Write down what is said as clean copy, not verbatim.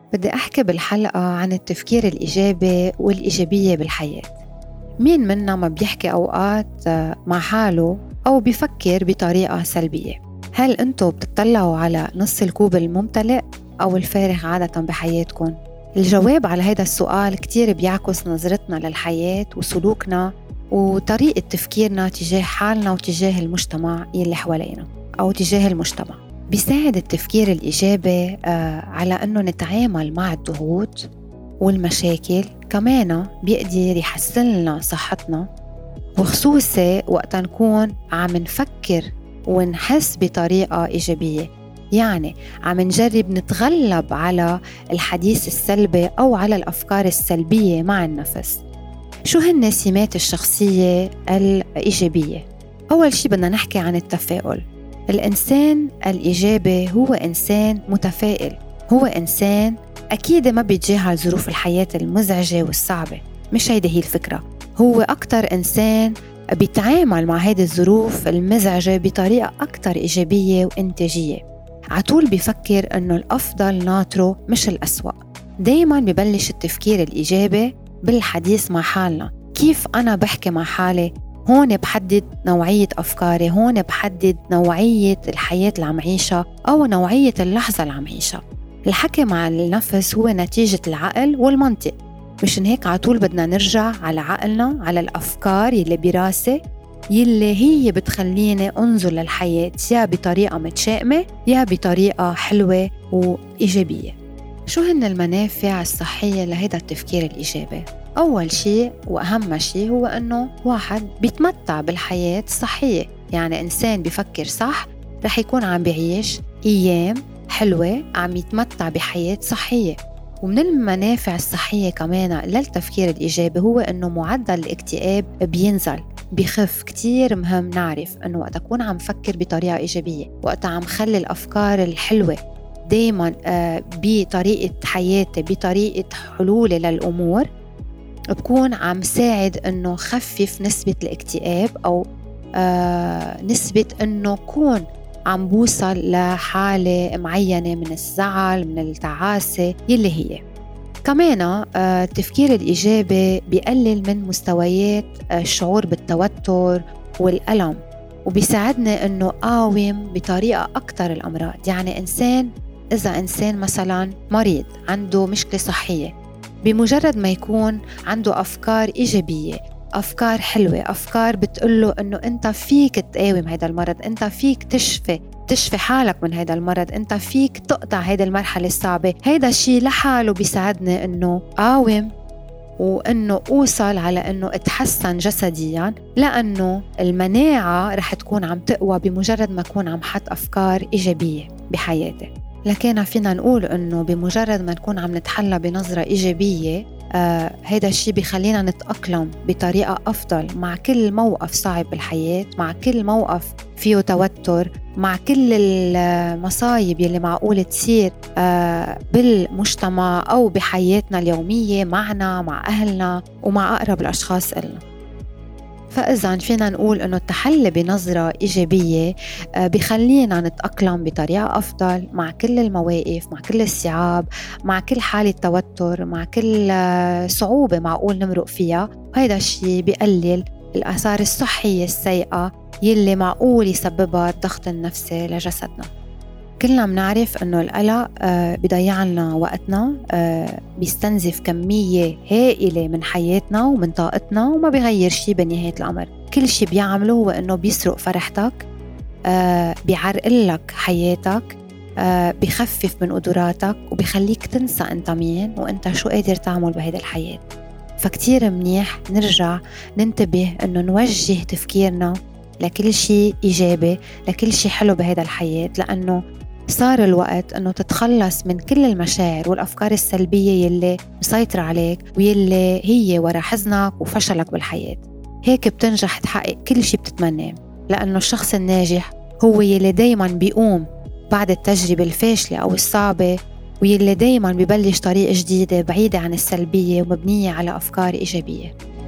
بدي أحكي بالحلقة عن التفكير الإيجابي والإيجابية بالحياة. مين منا ما بيحكي أوقات مع حاله أو بيفكر بطريقة سلبية؟ هل أنتوا بتطلعوا على نص الكوب الممتلئ أو الفارغ عادة بحياتكم؟ الجواب على هذا السؤال كتير بيعكس نظرتنا للحياة وسلوكنا وطريقة تفكيرنا تجاه حالنا وتجاه المجتمع يلي حوالينا أو تجاه المجتمع. بيساعد التفكير الإيجابي على أنه نتعامل مع الضغوط والمشاكل، كمان بيقدر يحسن لنا صحتنا، وخصوصي وقت نكون عم نفكر ونحس بطريقة إيجابية، يعني عم نجرب نتغلب على الحديث السلبي أو على الأفكار السلبية مع النفس. شو هن السمات الشخصية الإيجابية؟ أول شي بدنا نحكي عن التفاؤل. الإنسان الإيجابي هو إنسان متفائل، هو إنسان أكيد ما بيتجاهل ظروف الحياة المزعجة والصعبة، مش هيدا هي الفكرة. هو أكتر إنسان بيتعامل مع هذه الظروف المزعجة بطريقة أكتر إيجابية وإنتاجية. عطول بيفكر أنه الأفضل ناطره مش الأسوأ. دايماً ببلش التفكير الإيجابي بالحديث مع حالنا. كيف أنا بحكي مع حالي؟ هون بحدد نوعية أفكاري، هون بحدد نوعية الحياة اللي عم عيشها أو نوعية اللحظة اللي عم عيشها. الحكي مع النفس هو نتيجة العقل والمنطق، مشان هيك عطول بدنا نرجع على عقلنا، على الأفكار يلي براسي يلي هي بتخليني أنظر للحياة يا بطريقة متشائمة يا بطريقة حلوة وإيجابية. شو هن المنافع الصحية لهذا التفكير الإيجابي؟ أول شيء وأهم شيء هو أنه واحد بيتمتع بالحياة الصحية، يعني إنسان بيفكر صح رح يكون عم بيعيش أيام حلوة، عم يتمتع بحياة صحية. ومن المنافع الصحية كمان للتفكير الإيجابي هو أنه معدل الاكتئاب بينزل، بيخف. كتير مهم نعرف أنه وقت أكون عم فكر بطريقة إيجابية، وقت عم خلي الأفكار الحلوة دايما بطريقة حياتي، بطريقة حلولي للأمور، بكون عم ساعد أنه خفف نسبة الاكتئاب أو نسبة أنه كون عم بوصل لحالة معينة من الزعل، من التعاسة يلي هي. كمان التفكير الإيجابي بيقلل من مستويات الشعور بالتوتر والألم، وبيساعدنا أنه قاوم بطريقة أكتر الأمراض. يعني إذا إنسان مثلا مريض عنده مشكلة صحية، بمجرد ما يكون عنده أفكار إيجابية، أفكار حلوة، أفكار بتقوله أنه أنت فيك تقاوم هذا المرض، أنت فيك تشفي حالك من هذا المرض، أنت فيك تقطع هذه المرحلة الصعبة، هذا الشيء لحاله بيساعدني أنه قاوم وأنه أوصل على أنه أتحسن جسدياً، لأنه المناعة رح تكون عم تقوى بمجرد ما أكون عم حط أفكار إيجابية بحياتي. لكن فينا نقول أنه بمجرد ما نكون عم نتحلى بنظرة إيجابية، هذا الشيء بيخلينا نتأقلم بطريقة أفضل مع كل موقف صعب بالحياة، مع كل موقف فيه توتر، مع كل المصايب يلي معقول تصير بالمجتمع أو بحياتنا اليومية معنا، مع أهلنا ومع أقرب الأشخاص إلنا. فإذا فينا نقول أنه التحلي بنظرة إيجابية بيخلينا نتأقلم بطريقة أفضل مع كل المواقف، مع كل الصعاب، مع كل حالة توتر، مع كل صعوبة معقول نمرق فيها. وهذا الشيء بيقلل الآثار الصحية السيئة يلي معقول يسببها الضغط النفسي لجسدنا. كلنا منعرف أنه القلق بيضيع لنا وقتنا، بيستنزف كمية هائلة من حياتنا ومن طاقتنا، وما بيغير شيء بنهاية الأمر. كل شيء بيعمله هو أنه بيسرق فرحتك، بيعرقلك حياتك، بيخفف من قدراتك، وبيخليك تنسى أنت مين وأنت شو قادر تعمل بهذه الحياة. فكتير منيح نرجع ننتبه أنه نوجه تفكيرنا لكل شيء إيجابي، لكل شيء حلو بهذا الحياة، لأنه صار الوقت أنه تتخلص من كل المشاعر والأفكار السلبية يلي مسيطرة عليك ويلي هي ورا حزنك وفشلك بالحياة. هيك بتنجح تحقق كل شيء بتتمناه، لأنه الشخص الناجح هو يلي دايما بيقوم بعد التجربة الفاشلة أو الصعبة، ويلي دايما ببلش طريق جديدة بعيدة عن السلبية ومبنية على أفكار إيجابية.